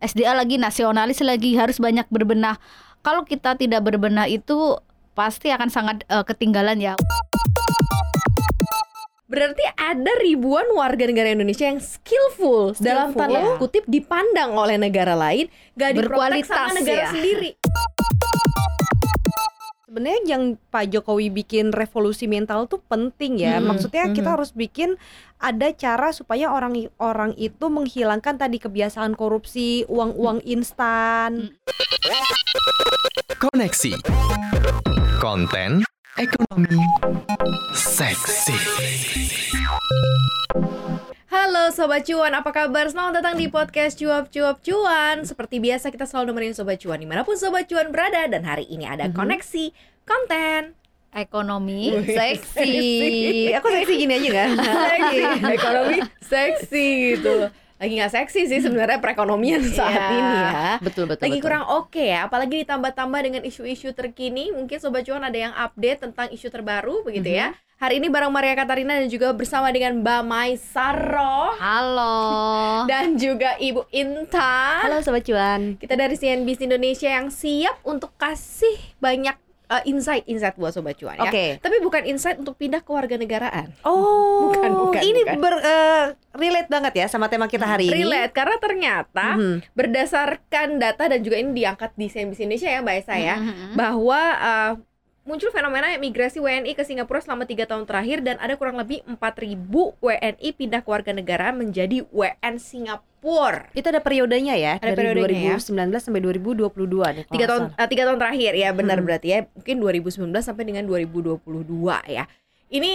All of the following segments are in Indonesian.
SDA lagi, nasionalis lagi, harus banyak berbenah. Kalau kita tidak berbenah itu pasti akan sangat ketinggalan ya. Berarti ada ribuan warga negara Indonesia yang skillful dalam tanda kutip dipandang oleh negara lain, gak diprotek sama negara sendiri. Sebenarnya yang Pak Jokowi bikin revolusi mental tuh penting ya. Maksudnya kita harus bikin ada cara supaya orang-orang itu menghilangkan tadi kebiasaan korupsi, uang-uang instan. Koneksi konten ekonomi seksi. Halo Sobat Cuan, apa kabar? Selamat datang di podcast Cuap Cuap Cuan. Seperti biasa kita selalu nemenin Sobat Cuan dimanapun Sobat Cuan berada. Dan hari ini ada koneksi konten Ekonomi seksi. Aku seksi gini aja kan? seksi. Ekonomi seksi gitu. Lagi gak seksi sih sebenarnya perekonomian saat ini ya. Betul. Lagi kurang oke ya. Apalagi ditambah-tambah dengan isu-isu terkini. Mungkin Sobat Cuan ada yang update tentang isu terbaru begitu ya. Hari ini bareng Maria Katarina dan juga bersama dengan Mbak Maisaro. Halo. Dan juga Ibu Intan. Halo Sobat Cuan. Kita dari CNBC Indonesia yang siap untuk kasih banyak insight buat Sobat Cuan ya. Oke. Tapi bukan insight untuk pindah ke warganegaraan. Oh, Bukan. ini relate banget ya sama tema kita hari ini. Relate, karena ternyata berdasarkan data dan juga ini diangkat di CNBC Indonesia ya Mbak Esa ya, bahwa muncul fenomena migrasi WNI ke Singapura selama 3 tahun terakhir dan ada kurang lebih 4.000 WNI pindah ke warga negara menjadi WN Singapura. Itu ada periodenya ya, Ada dari periodenya 2019 sampai 2022 nih. 3 tahun terakhir ya, benar berarti ya. Mungkin 2019 sampai dengan 2022 ya. Ini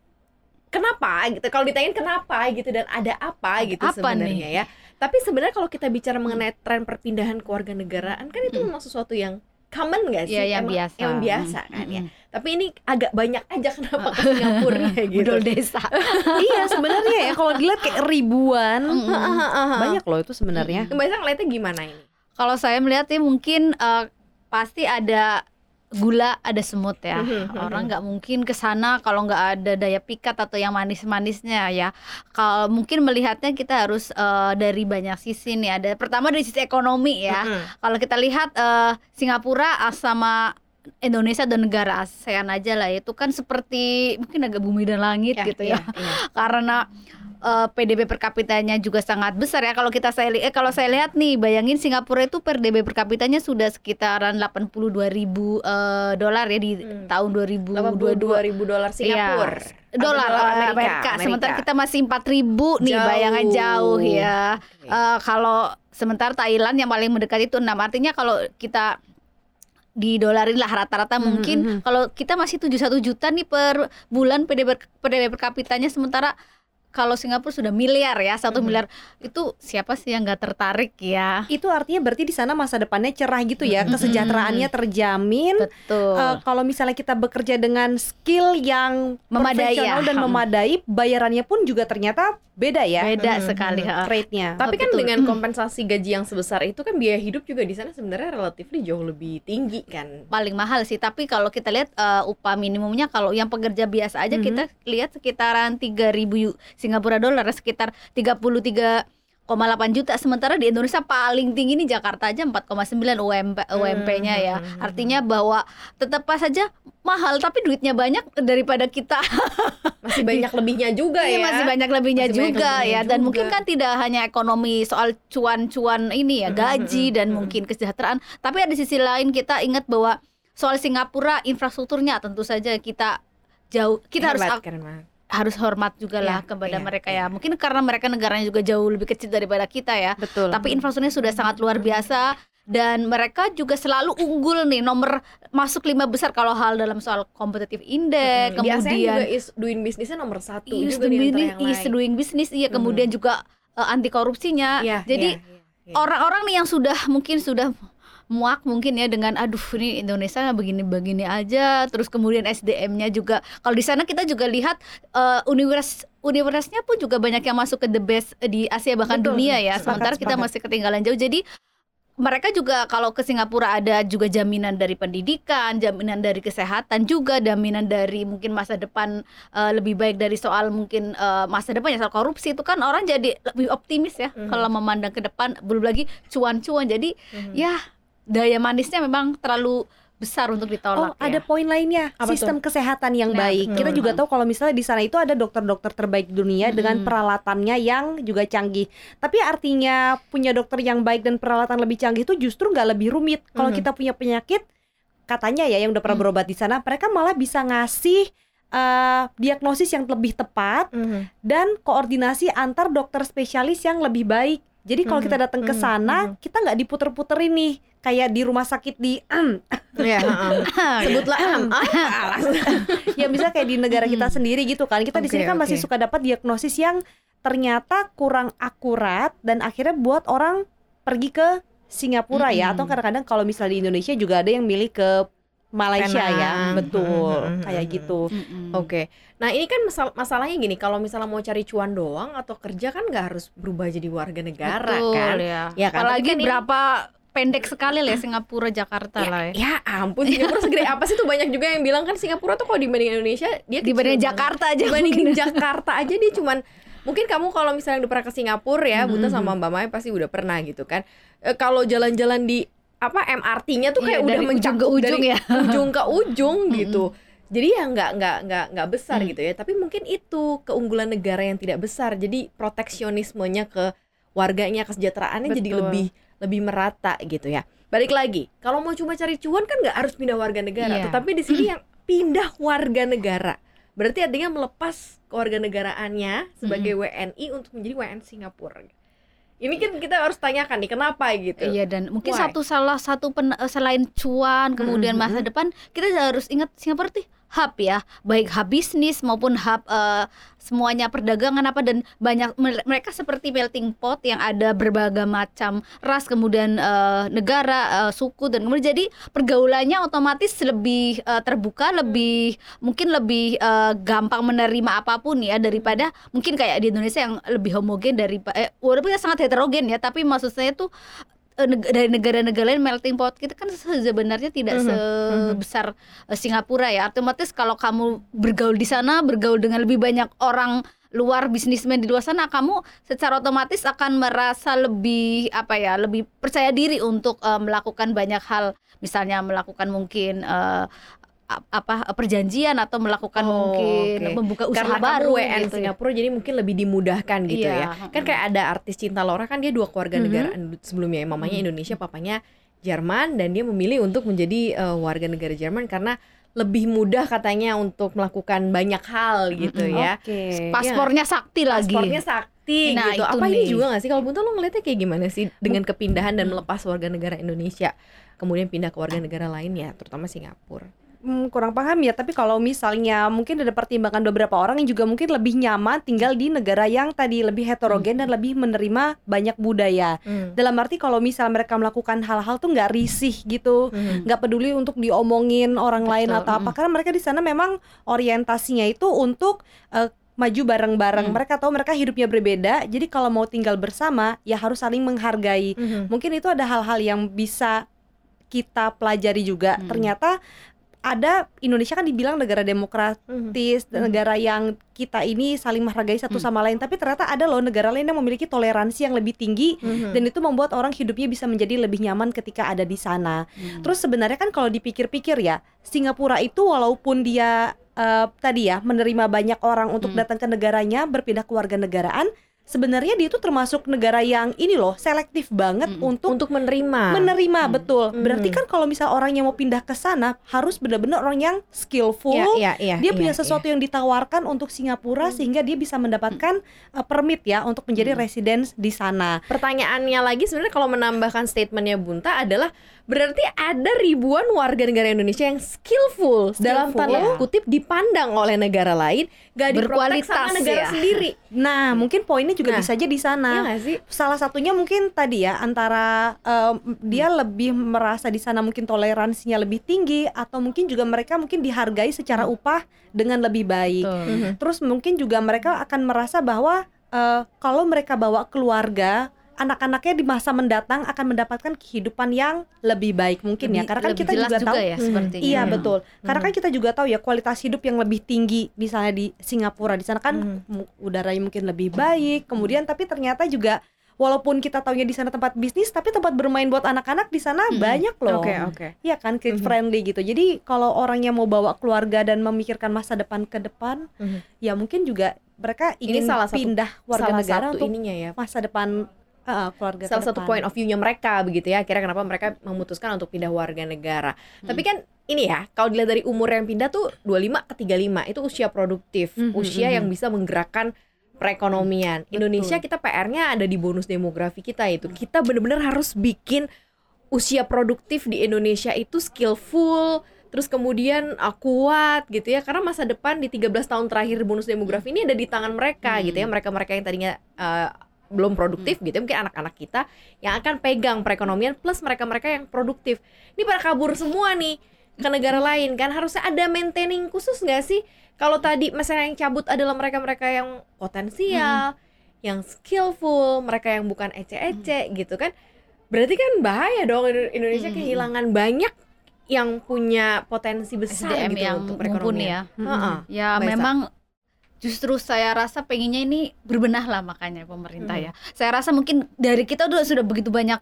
kenapa gitu? Kalau ditanyain kenapa gitu dan ada apa gitu sebenarnya ya. Tapi sebenarnya kalau kita bicara mengenai tren perpindahan ke warga negaraan kan itu memang sesuatu yang common gak sih? Ya, yang biasa. Yang biasa kan ya. Tapi ini agak banyak aja kenapa ke Singapura gitu. Budol desa. Iya sebenarnya ya kalau dilihat kayak ribuan. Banyak loh itu sebenarnya. Mbak Esa ngeliatnya gimana ini? Kalau saya melihatnya mungkin pasti ada gula, ada semut ya. Orang nggak mungkin ke sana kalau nggak ada daya pikat atau yang manis-manisnya ya. Kalau mungkin melihatnya kita harus dari banyak sisi nih. Ada pertama dari sisi ekonomi ya. Kalau kita lihat Singapura sama Indonesia dan negara ASEAN aja lah, itu kan seperti mungkin agak bumi dan langit gitu ya. Karena PDB per kapitanya juga sangat besar ya. Kalau saya lihat nih, bayangin Singapura itu PDB per kapitanya sudah sekitaran 82.000 dolar ya di tahun 2022. $82.000 Singapura. Dolar Amerika. Sementara kita masih 4.000 nih, bayangan jauh ya. Kalau sementara Thailand yang paling mendekat itu 6. Artinya kalau kita didolarin lah rata-rata mungkin kalau kita masih 71 juta nih per bulan PDB per kapitanya, sementara kalau Singapura sudah miliar ya, 1 miliar. Itu siapa sih yang nggak tertarik ya? Itu artinya berarti di sana masa depannya cerah gitu ya, kesejahteraannya terjamin. Betul. Kalau misalnya kita bekerja dengan skill yang Memadai profesional ya. dan memadai, bayarannya pun juga ternyata beda ya. Beda sekali Rate-nya. Tapi kan Betul. dengan kompensasi gaji yang sebesar itu kan biaya hidup juga di sana sebenarnya relatif jauh lebih tinggi kan. Paling mahal sih. Tapi kalau kita lihat upah minimumnya, kalau yang pekerja biasa aja kita lihat sekitaran 3.000 Singapura dolar, sekitar 33,8 juta. Sementara di Indonesia paling tinggi nih Jakarta aja 4,9 UMP-nya ya. Artinya bahwa tetap pas saja mahal tapi duitnya banyak daripada kita. Masih banyak lebihnya juga ya. Masih banyak lebihnya juga ya. Dan mungkin kan tidak hanya ekonomi soal cuan-cuan ini ya, gaji dan mungkin kesejahteraan. Tapi ada sisi lain, kita ingat bahwa soal Singapura infrastrukturnya tentu saja kita jauh, kita harus hormat juga lah kepada mereka ya. Mungkin karena mereka negaranya juga jauh lebih kecil daripada kita ya. Betul. Tapi infrastrukturnya sudah sangat luar biasa. Dan mereka juga selalu unggul nih, nomor masuk 5 besar kalau hal dalam soal competitive index. Biasanya Kemudian juga is doing businessnya nomor 1 is juga di antara yang lain. doing business, iya. Kemudian juga anti korupsinya. Jadi orang-orang nih yang sudah muak mungkin ya dengan aduh ini Indonesia begini-begini aja, terus kemudian SDM-nya juga kalau di sana kita juga lihat universitasnya pun juga banyak yang masuk ke the best di Asia bahkan dunia ya. Sementara kita masih ketinggalan jauh. Jadi mereka juga kalau ke Singapura ada juga jaminan dari pendidikan, jaminan dari kesehatan juga, jaminan dari mungkin masa depan lebih baik dari soal mungkin masa depan ya soal korupsi itu kan orang jadi lebih optimis ya kalau memandang ke depan, belum lagi cuan-cuan. Jadi ya daya manisnya memang terlalu besar untuk ditolak. Ada poin lainnya, sistem kesehatan yang baik. Kita juga tahu kalau misalnya di sana itu ada dokter-dokter terbaik dunia dengan peralatannya yang juga canggih. Tapi artinya punya dokter yang baik dan peralatan lebih canggih itu justru nggak lebih rumit. Kalau kita punya penyakit, katanya ya yang udah pernah berobat di sana, mereka malah bisa ngasih diagnosis yang lebih tepat dan koordinasi antar dokter spesialis yang lebih baik. Jadi kalau kita datang ke sana, kita nggak diputer-puterin nih kayak di rumah sakit di sebutlah ya bisa kayak di negara kita sendiri gitu kan. Kita di sini kan masih suka dapat diagnosis yang ternyata kurang akurat dan akhirnya buat orang pergi ke Singapura ya, atau kadang-kadang kalau misalnya di Indonesia juga ada yang milih ke Malaysia ya, betul kayak gitu. Oke. Nah ini kan masalahnya gini, kalau misalnya mau cari cuan doang atau kerja kan nggak harus berubah jadi warga negara. Betul, kan? Ya kan. Apalagi kan berapa pendek sekali lah ya Singapura Jakarta lah ya. Ya ampun, Singapura segede apa sih tuh? Banyak juga yang bilang kan Singapura tuh kalau dibanding Indonesia dia dibanding Jakarta aja. Dibanding Jakarta aja dia cuman, mungkin kamu kalau misalnya udah pernah ke Singapura ya, Bunta sama Mbak Maya pasti udah pernah gitu kan. Kalau jalan-jalan di MRT-nya tuh kayak udah mencakup dari ujung ke ujung gitu. Jadi ya nggak besar gitu ya. Tapi mungkin itu keunggulan negara yang tidak besar. Jadi proteksionismenya ke warganya, kesejahteraannya jadi lebih merata gitu ya. Balik lagi, kalau mau cuma cari cuan kan nggak harus pindah warga negara. Tetapi di sini yang pindah warga negara berarti artinya melepas kewarganegaraannya sebagai WNI untuk menjadi WNI Singapura. Ini kan kita harus tanyakan nih kenapa gitu. Iya, dan mungkin salah satu selain cuan kemudian masa depan, kita harus ingat Singapura tuh hub ya, baik hub bisnis maupun hub semuanya perdagangan dan banyak mereka seperti melting pot yang ada berbagai macam ras, kemudian negara, suku, dan kemudian jadi pergaulannya otomatis lebih terbuka, mungkin lebih gampang menerima apapun ya daripada mungkin kayak di Indonesia yang lebih homogen walaupun sangat heterogen ya, tapi maksud saya tuh dari negara-negara lain melting pot kita kan sebenarnya tidak sebesar Singapura ya. Otomatis kalau kamu bergaul di sana, bergaul dengan lebih banyak orang luar, bisnismen di luar sana, kamu secara otomatis akan merasa lebih lebih percaya diri untuk melakukan banyak hal, misalnya melakukan mungkin perjanjian atau melakukan mungkin membuka usaha karena baru gitu. Singapura jadi mungkin lebih dimudahkan gitu ya. Kan kayak ada artis Cinta Laura kan dia 2 keluarga negaraan sebelumnya, mamanya Indonesia, papanya Jerman, dan dia memilih untuk menjadi warga negara Jerman karena lebih mudah katanya untuk melakukan banyak hal gitu ya. Paspornya sakti lagi. Paspornya sakti gitu. Apa ini juga nggak sih kalau Bunta lo ngeliatnya kayak gimana sih dengan kepindahan dan melepas warga negara Indonesia kemudian pindah ke warga negara lain ya, terutama Singapura? Kurang paham ya, tapi kalau misalnya mungkin ada pertimbangan beberapa orang yang juga mungkin lebih nyaman tinggal di negara yang tadi lebih heterogen dan lebih menerima banyak budaya. Dalam arti kalau misal mereka melakukan hal-hal tuh nggak risih gitu, nggak peduli untuk diomongin orang lain atau apa, karena mereka di sana memang orientasinya itu untuk maju bareng-bareng. Mereka tahu mereka hidupnya berbeda, jadi kalau mau tinggal bersama ya harus saling menghargai. Mungkin itu ada hal-hal yang bisa kita pelajari juga. Ternyata ada, Indonesia kan dibilang negara demokratis, negara yang kita ini saling menghargai satu sama lain, tapi ternyata ada loh negara lain yang memiliki toleransi yang lebih tinggi, dan itu membuat orang hidupnya bisa menjadi lebih nyaman ketika ada di sana. Terus sebenarnya kan kalau dipikir-pikir ya, Singapura itu walaupun dia tadi ya menerima banyak orang untuk datang ke negaranya, berpindah ke warganegaraan, sebenarnya dia itu termasuk negara yang ini loh, selektif banget untuk menerima betul. Berarti kan kalau misal orang yang mau pindah ke sana harus benar-benar orang yang skillful. Dia punya sesuatu yang ditawarkan untuk Singapura sehingga dia bisa mendapatkan permit ya untuk menjadi residence di sana. Pertanyaannya lagi sebenarnya kalau menambahkan statementnya Bunta adalah berarti ada ribuan warga negara Indonesia yang skillful dalam tanda kutip dipandang oleh negara lain, gak diprotek sama negara sendiri. Nah, mungkin poinnya juga bisa aja di sana. Salah satunya mungkin tadi ya, antara dia lebih merasa di sana mungkin toleransinya lebih tinggi, atau mungkin juga mereka mungkin dihargai secara upah dengan lebih baik. Terus mungkin juga mereka akan merasa bahwa kalau mereka bawa keluarga anak-anaknya di masa mendatang akan mendapatkan kehidupan yang lebih baik mungkin ya, karena kan kita juga tahu ya, sepertinya. Iya betul, karena kan kita juga tahu ya kualitas hidup yang lebih tinggi misalnya di Singapura, di sana kan udaranya mungkin lebih baik, kemudian tapi ternyata juga walaupun kita taunya di sana tempat bisnis, tapi tempat bermain buat anak-anak di sana banyak loh. Oke. Iya kan, kid friendly gitu. Jadi kalau orangnya mau bawa keluarga dan memikirkan masa depan ke depan, ya mungkin juga mereka ingin pindah warga negara untuk masa depan keluarga. Salah satu point of view-nya mereka begitu ya. Akhirnya kenapa mereka memutuskan untuk pindah warga negara. Tapi kan ini ya, kalau dilihat dari umur yang pindah tuh 25 ke 35 itu usia produktif, usia yang bisa menggerakkan perekonomian. Indonesia kita PR-nya ada di bonus demografi kita itu. Kita benar-benar harus bikin usia produktif di Indonesia itu skillful, terus kemudian kuat gitu ya. Karena masa depan di 13 tahun terakhir bonus demografi ini ada di tangan mereka gitu ya. Mereka-mereka yang tadinya belum produktif gitu ya, mungkin anak-anak kita yang akan pegang perekonomian plus mereka-mereka yang produktif. Ini pada kabur semua nih ke negara lain kan, harusnya ada maintaining khusus nggak sih? Kalau tadi misalnya yang cabut adalah mereka-mereka yang potensial, yang skillful, mereka yang bukan ece-ece gitu kan, berarti kan bahaya dong Indonesia kehilangan banyak yang punya potensi besar SDM gitu yang untuk perekonomian. Ya memang justru saya rasa pengennya ini berbenah lah makanya pemerintah ya. Saya rasa mungkin dari kita sudah begitu banyak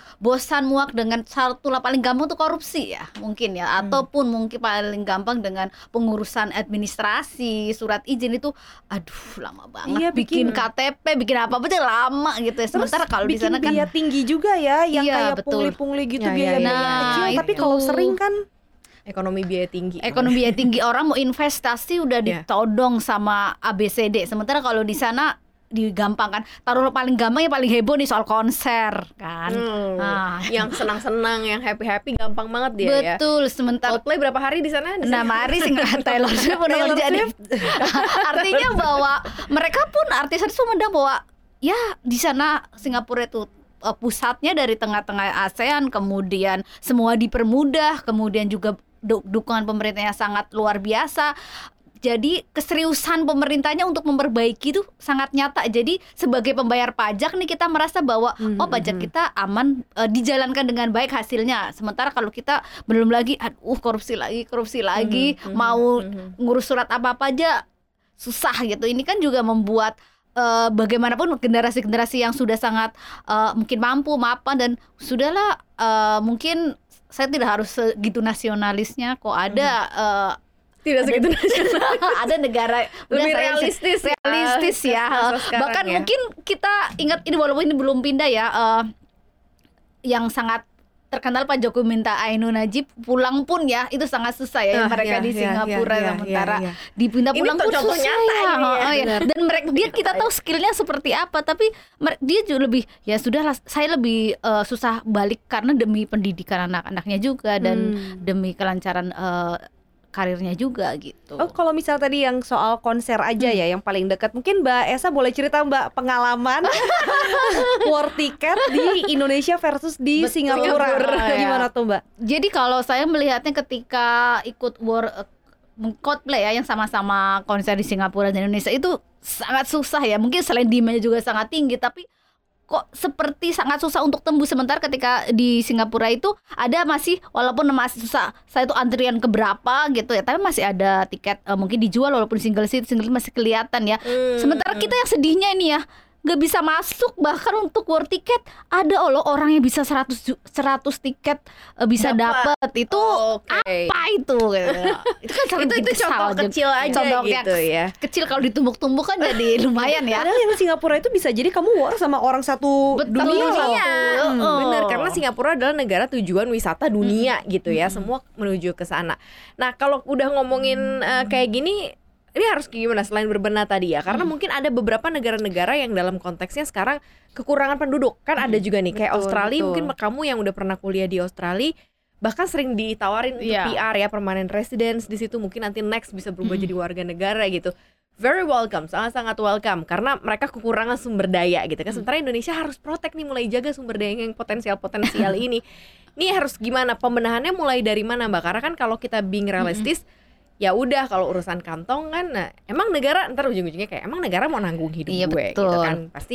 bosan muak dengan satu lah paling gampang tuh korupsi ya mungkin ya, ataupun mungkin paling gampang dengan pengurusan administrasi surat izin itu aduh lama banget. Iya, bikin KTP bikin apa aja lama gitu ya. Sementara kalau di sana kan biaya tinggi juga ya yang iya, kayak betul. pungli-pungli gitu, Ya, biaya kecil, tapi kalau sering kan ekonomi biaya tinggi. Ekonomi biaya tinggi, orang mau investasi udah ditodong sama ABCD. Sementara kalau di sana digampangkan. Taruh paling gampang ya paling heboh nih soal konser kan. Yang senang-senang, yang happy-happy gampang banget dia ya. Betul, sementara Coldplay berapa hari di sana? 6 hari sih Taylor Swift udah jadi. Artinya bahwa mereka pun artis itu memandang bahwa ya di sana Singapura itu pusatnya dari tengah-tengah ASEAN, kemudian semua dipermudah, kemudian juga dukungan pemerintahnya sangat luar biasa. Jadi keseriusan pemerintahnya untuk memperbaiki itu sangat nyata. Jadi sebagai pembayar pajak nih kita merasa bahwa pajak kita aman, dijalankan dengan baik hasilnya. Sementara kalau kita belum lagi korupsi lagi, mau ngurus surat apa-apa aja susah gitu. Ini kan juga membuat bagaimanapun generasi-generasi yang sudah sangat mungkin mampu, mapan dan sudahlah mungkin saya tidak harus segitu nasionalisnya kok ada tidak segitu nasional. Ada negara lebih realistis ya. Bahkan ya. Mungkin kita ingat ini walaupun ini belum pindah ya, yang sangat terkenal Pak Jokowi minta Ainun Najib pulang pun ya itu sangat susah ya mereka di Singapura sementara dipindah pulang pun susah ya. Dan mereka kita tahu skillnya seperti apa, tapi dia juga lebih ya sudahlah saya lebih susah balik karena demi pendidikan anak-anaknya juga dan demi kelancaran karirnya juga gitu. Oh, kalau misal tadi yang soal konser aja ya yang paling dekat, mungkin Mbak Esa boleh cerita Mbak pengalaman war tiket di Indonesia versus di Singapura. Gimana tuh Mbak? Jadi kalau saya melihatnya ketika ikut Coldplay ya yang sama-sama konser di Singapura dan Indonesia itu sangat susah ya. Mungkin selain demand-nya juga sangat tinggi, tapi kok seperti sangat susah untuk tembus. Sementara ketika di Singapura itu ada masih walaupun masih susah, saya itu antrian keberapa gitu ya, tapi masih ada tiket mungkin dijual walaupun single seat masih kelihatan ya. Sementara kita yang sedihnya ini ya nggak bisa masuk, bahkan untuk war tiket ada orang yang bisa 100 tiket bisa dapat itu apa itu itu kan itu contoh kecil aja contoh gitu ya kecil, kalau ditumbuk-tumbuk kan jadi lumayan ya. Padahal yang Singapura itu bisa jadi kamu war sama orang satu dunia. Bener, karena Singapura adalah negara tujuan wisata dunia gitu ya, semua menuju ke sana. Nah kalau udah ngomongin kayak gini, ini harus gimana selain berbenah tadi ya, karena mungkin ada beberapa negara-negara yang dalam konteksnya sekarang kekurangan penduduk kan ada juga nih, kayak Australia. Mungkin kamu yang udah pernah kuliah di Australia bahkan sering ditawarin untuk PR ya, permanent residence di situ, mungkin nanti next bisa berubah jadi warga negara gitu. Very welcome, sangat-sangat welcome, karena mereka kekurangan sumber daya gitu kan. Sementara Indonesia harus protect nih, mulai jaga sumber daya yang potensial ini. Ini harus gimana pembenahannya, mulai dari mana Mbak? Karena kan kalau kita being realistis, ya udah kalau urusan kantong kan, nah emang negara ntar ujung-ujungnya kayak emang negara mau nanggung hidup gue betul. gitu kan, pasti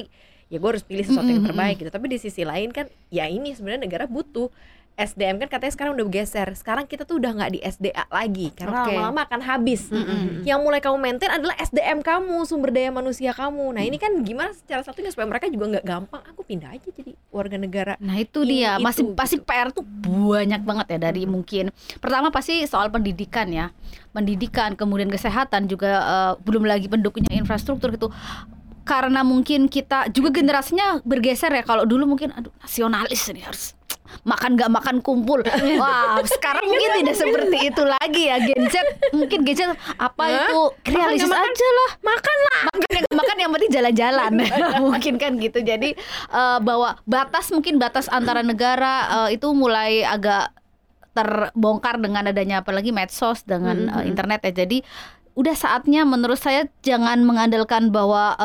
ya gue harus pilih sesuatu yang terbaik gitu. Tapi di sisi lain kan ya ini sebenarnya negara butuh SDM kan, katanya sekarang udah bergeser. Sekarang kita tuh udah nggak di SDA lagi karena lama-lama akan habis. Yang mulai kamu maintain adalah SDM kamu, sumber daya manusia kamu. Nah ini kan gimana secara satunya supaya mereka juga nggak gampang aku pindah aja jadi warga negara. Nah itu dia pasti PR tuh banyak banget ya, dari mungkin pertama pasti soal pendidikan ya, pendidikan, kemudian kesehatan juga, belum lagi pendukungnya infrastruktur gitu. Karena mungkin kita juga generasinya bergeser ya. Kalau dulu mungkin aduh nasionalis ini harus makan nggak makan kumpul. Wah sekarang mungkin tidak seperti itu lagi ya. Gen Z mungkin apa itu realistis aja lah, makan yang penting jalan-jalan. Mungkin kan gitu. Jadi bahwa mungkin batas antara negara itu mulai agak terbongkar dengan adanya apalagi medsos dengan internet ya. Jadi udah saatnya menurut saya jangan mengandalkan bahwa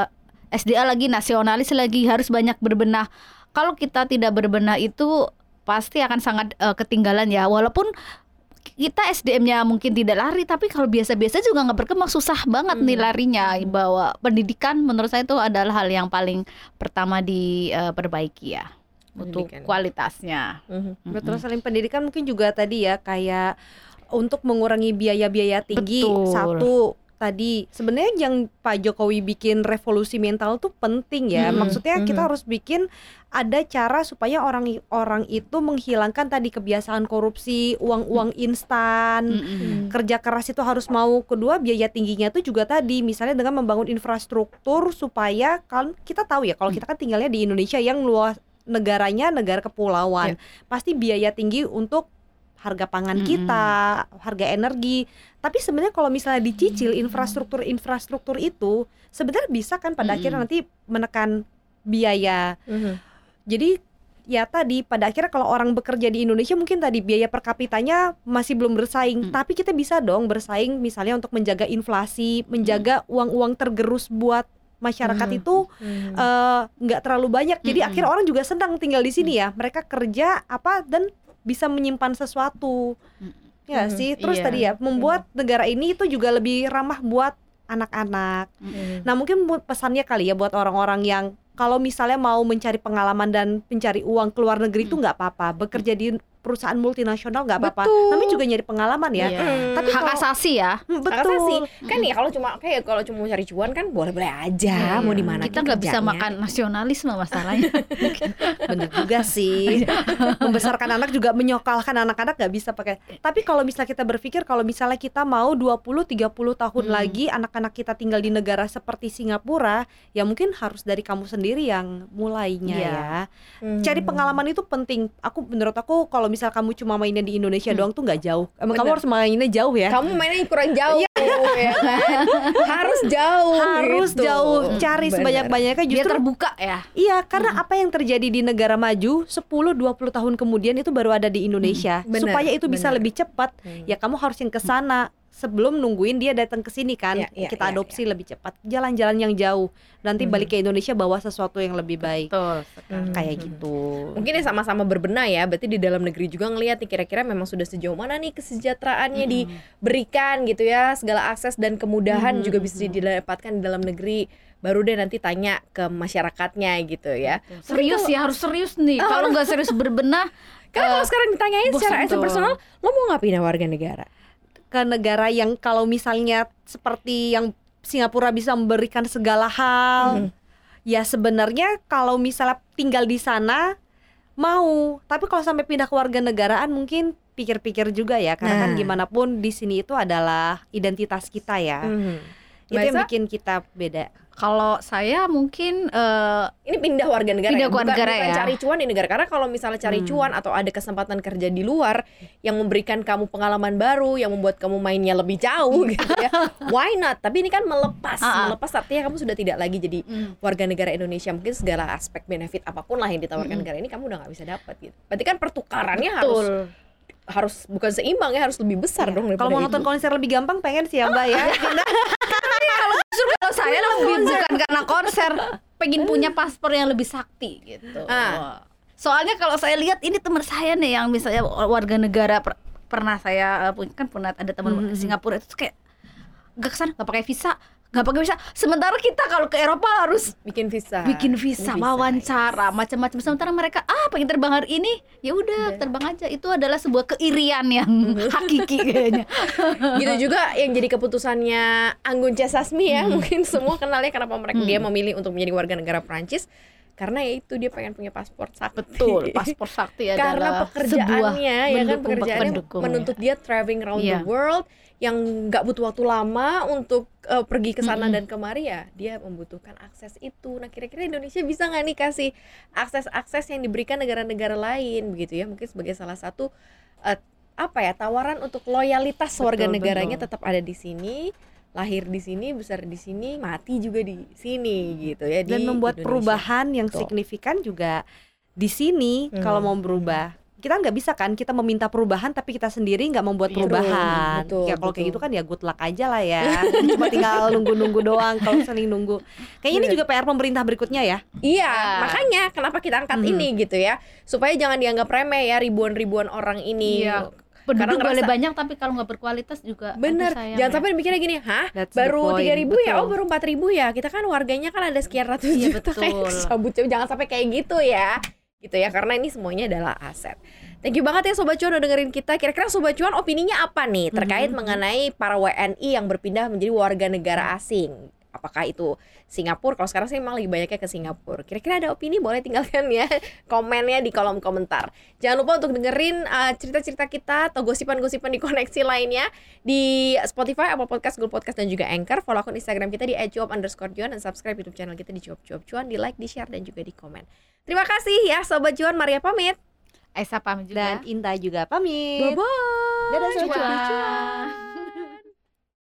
SDA lagi, nasionalis lagi, harus banyak berbenah. Kalau kita tidak berbenah itu pasti akan sangat ketinggalan ya. Walaupun kita SDM-nya mungkin tidak lari, tapi kalau biasa-biasa juga nggak berkembang, susah banget nih larinya. Bahwa pendidikan menurut saya itu adalah hal yang paling pertama diperbaiki ya, untuk kualitasnya. Betul, selain pendidikan mungkin juga tadi ya kayak untuk mengurangi biaya-biaya tinggi. Satu tadi sebenarnya yang Pak Jokowi bikin revolusi mental tuh penting ya. Maksudnya kita harus bikin ada cara supaya orang itu menghilangkan tadi kebiasaan korupsi, uang instan, kerja keras itu harus mau. Kedua, biaya tingginya itu juga tadi misalnya dengan membangun infrastruktur supaya kan kita tahu ya kalau kita kan tinggalnya di Indonesia yang luas, negaranya negara kepulauan, pasti biaya tinggi untuk harga pangan kita, harga energi. Tapi sebenarnya kalau misalnya dicicil infrastruktur itu sebenarnya bisa kan pada akhirnya nanti menekan biaya. Jadi ya tadi pada akhirnya kalau orang bekerja di Indonesia mungkin tadi biaya per kapitanya masih belum bersaing, tapi kita bisa dong bersaing misalnya untuk menjaga inflasi, menjaga uang tergerus buat masyarakat itu nggak terlalu banyak. Jadi akhirnya orang juga senang tinggal di sini ya. Mereka kerja dan bisa menyimpan sesuatu. Ya sih. Terus tadi ya membuat negara ini itu juga lebih ramah buat anak-anak. Nah mungkin pesannya kali ya buat orang-orang yang kalau misalnya mau mencari pengalaman dan mencari uang ke luar negeri itu nggak apa-apa. Bekerja di perusahaan multinasional nggak apa-apa. Namanya juga nyari pengalaman ya. Tapi hak asasi ya. Hak asasi. Kan ya kalau cuma mau cari cuan kan boleh-boleh aja mau di mana. Kita nggak bisa makan nasionalisme masalahnya. Bener juga sih. Membesarkan anak juga menyokalkan anak-anak nggak bisa pakai. Tapi kalau misalnya kita berpikir kalau misalnya kita mau 20-30 tahun lagi anak-anak kita tinggal di negara seperti Singapura, ya mungkin harus dari kamu sendiri yang mulainya ya. Cari pengalaman itu penting. Menurut aku kalau misal kamu cuma mainnya di Indonesia doang tuh nggak jauh. Emang kamu harus mainnya jauh ya. Kamu mainnya kurang jauh ya kan. Harus gitu. jauh. Cari sebanyak-banyaknya justru biar terbuka ya. Iya, karena apa yang terjadi di negara maju 10-20 tahun kemudian itu baru ada di Indonesia. Supaya itu bisa lebih cepat, ya kamu harus yang ke sana sebelum nungguin dia datang ke sini kan. Kita adopsi lebih cepat. Jalan-jalan yang jauh. Nanti balik ke Indonesia bawa sesuatu yang lebih baik. Betul. Kayak gitu. Mungkin ya sama-sama berbenah ya. Berarti di dalam negeri juga ngelihat nih kira-kira memang sudah sejauh mana nih kesejahteraannya diberikan gitu ya. Segala akses dan kemudahan juga bisa didapatkan di dalam negeri. Baru deh nanti tanya ke masyarakatnya gitu ya. Serius ya, harus serius nih. Kalau nggak serius berbenah, karena kalau sekarang ditanyain secara personal, lo mau nggak pindah warga negara ke negara yang kalau misalnya seperti yang Singapura bisa memberikan segala hal, ya sebenarnya kalau misalnya tinggal di sana mau, tapi kalau sampai pindah ke warga negaraan mungkin pikir-pikir juga ya, karena kan gimana pun di sini itu adalah identitas kita ya. Itu yang bikin kita beda. Kalau saya mungkin ini pindah warga negara, bukan ya? Cari cuan di negara. Karena kalau misalnya cari cuan atau ada kesempatan kerja di luar yang memberikan kamu pengalaman baru, yang membuat kamu mainnya lebih jauh gitu ya, why not? Tapi ini kan melepas artinya kamu sudah tidak lagi jadi warga negara Indonesia. Mungkin segala aspek benefit apapun lah yang ditawarkan negara ini kamu udah nggak bisa dapat gitu. Berarti kan pertukarannya harus bukan seimbang ya, harus lebih besar dong. Kalau mau nonton konser lebih gampang pengen sih ya Mbak ya. Kalau saya lebih bukan karena konser, pengen punya paspor yang lebih sakti gitu. Soalnya kalau saya lihat ini teman saya nih yang misalnya warga negara pernah saya punya, kan pernah ada teman Singapura itu kayak gak kesana, gak pakai visa, nggak pakai visa. Sementara kita kalau ke Eropa harus bikin visa, wawancara, macam-macam. Sementara mereka pengen terbang hari ini, ya udah terbang aja. Itu adalah sebuah keirian yang hakiki kayaknya. Gitu juga yang jadi keputusannya Anggun C. Sasmi ya. Mungkin semua kenalnya kenapa dia memilih untuk menjadi warga negara Prancis. Karena ya itu dia pengen punya paspor sakti. Betul, paspor sakti adalah karena pekerjaannya ya kan, pekerjaannya menuntut dia traveling around the world yang nggak butuh waktu lama untuk pergi ke sana dan kemari, ya dia membutuhkan akses itu. Nah kira-kira Indonesia bisa nggak nih kasih akses yang diberikan negara-negara lain begitu ya, mungkin sebagai salah satu tawaran untuk loyalitas warga negaranya tetap ada di sini, lahir di sini, besar di sini, mati juga di sini gitu ya. Dan membuat Indonesia perubahan yang signifikan juga di sini. Kalau mau berubah, kita nggak bisa kan kita meminta perubahan tapi kita sendiri nggak membuat perubahan. Ya kalau kayak gitu kan ya good luck aja lah ya. Cuma tinggal nunggu-nunggu doang. Kalau saling nunggu, kayaknya ini juga PR pemerintah berikutnya ya. Iya, makanya kenapa kita angkat ini gitu ya, supaya jangan dianggap remeh ya ribuan-ribuan orang ini. Penduduk boleh banyak tapi kalau nggak berkualitas juga bener, jangan sampai mikirnya gini, baru 3.000 ya, baru 4.000 ya, kita kan warganya kan ada sekian ratus juta, sabut, jangan sampai kayak gitu ya, karena ini semuanya adalah aset. Thank you banget ya Sobat Cuan udah dengerin kita. Kira-kira Sobat Cuan opininya apa nih terkait mengenai para WNI yang berpindah menjadi warga negara asing? Apakah itu Singapura? Kalau sekarang sih memang lagi banyaknya ke Singapura. Kira-kira ada opini, boleh tinggalkan ya komennya di kolom komentar. Jangan lupa untuk dengerin cerita-cerita kita atau gosipan-gosipan di koneksi lainnya di Spotify, Apple Podcast, Google Podcast, dan juga Anchor. Follow akun Instagram kita di @cuap_cuan dan subscribe YouTube channel kita di cuap-cuap-cuan, di like, di share, dan juga di komen. Terima kasih ya Sobat Cuan. Maria pamit, Aisyah pamit juga, dan Inta juga pamit. Bye-bye. Dadah Sobat Cuan. Cuan.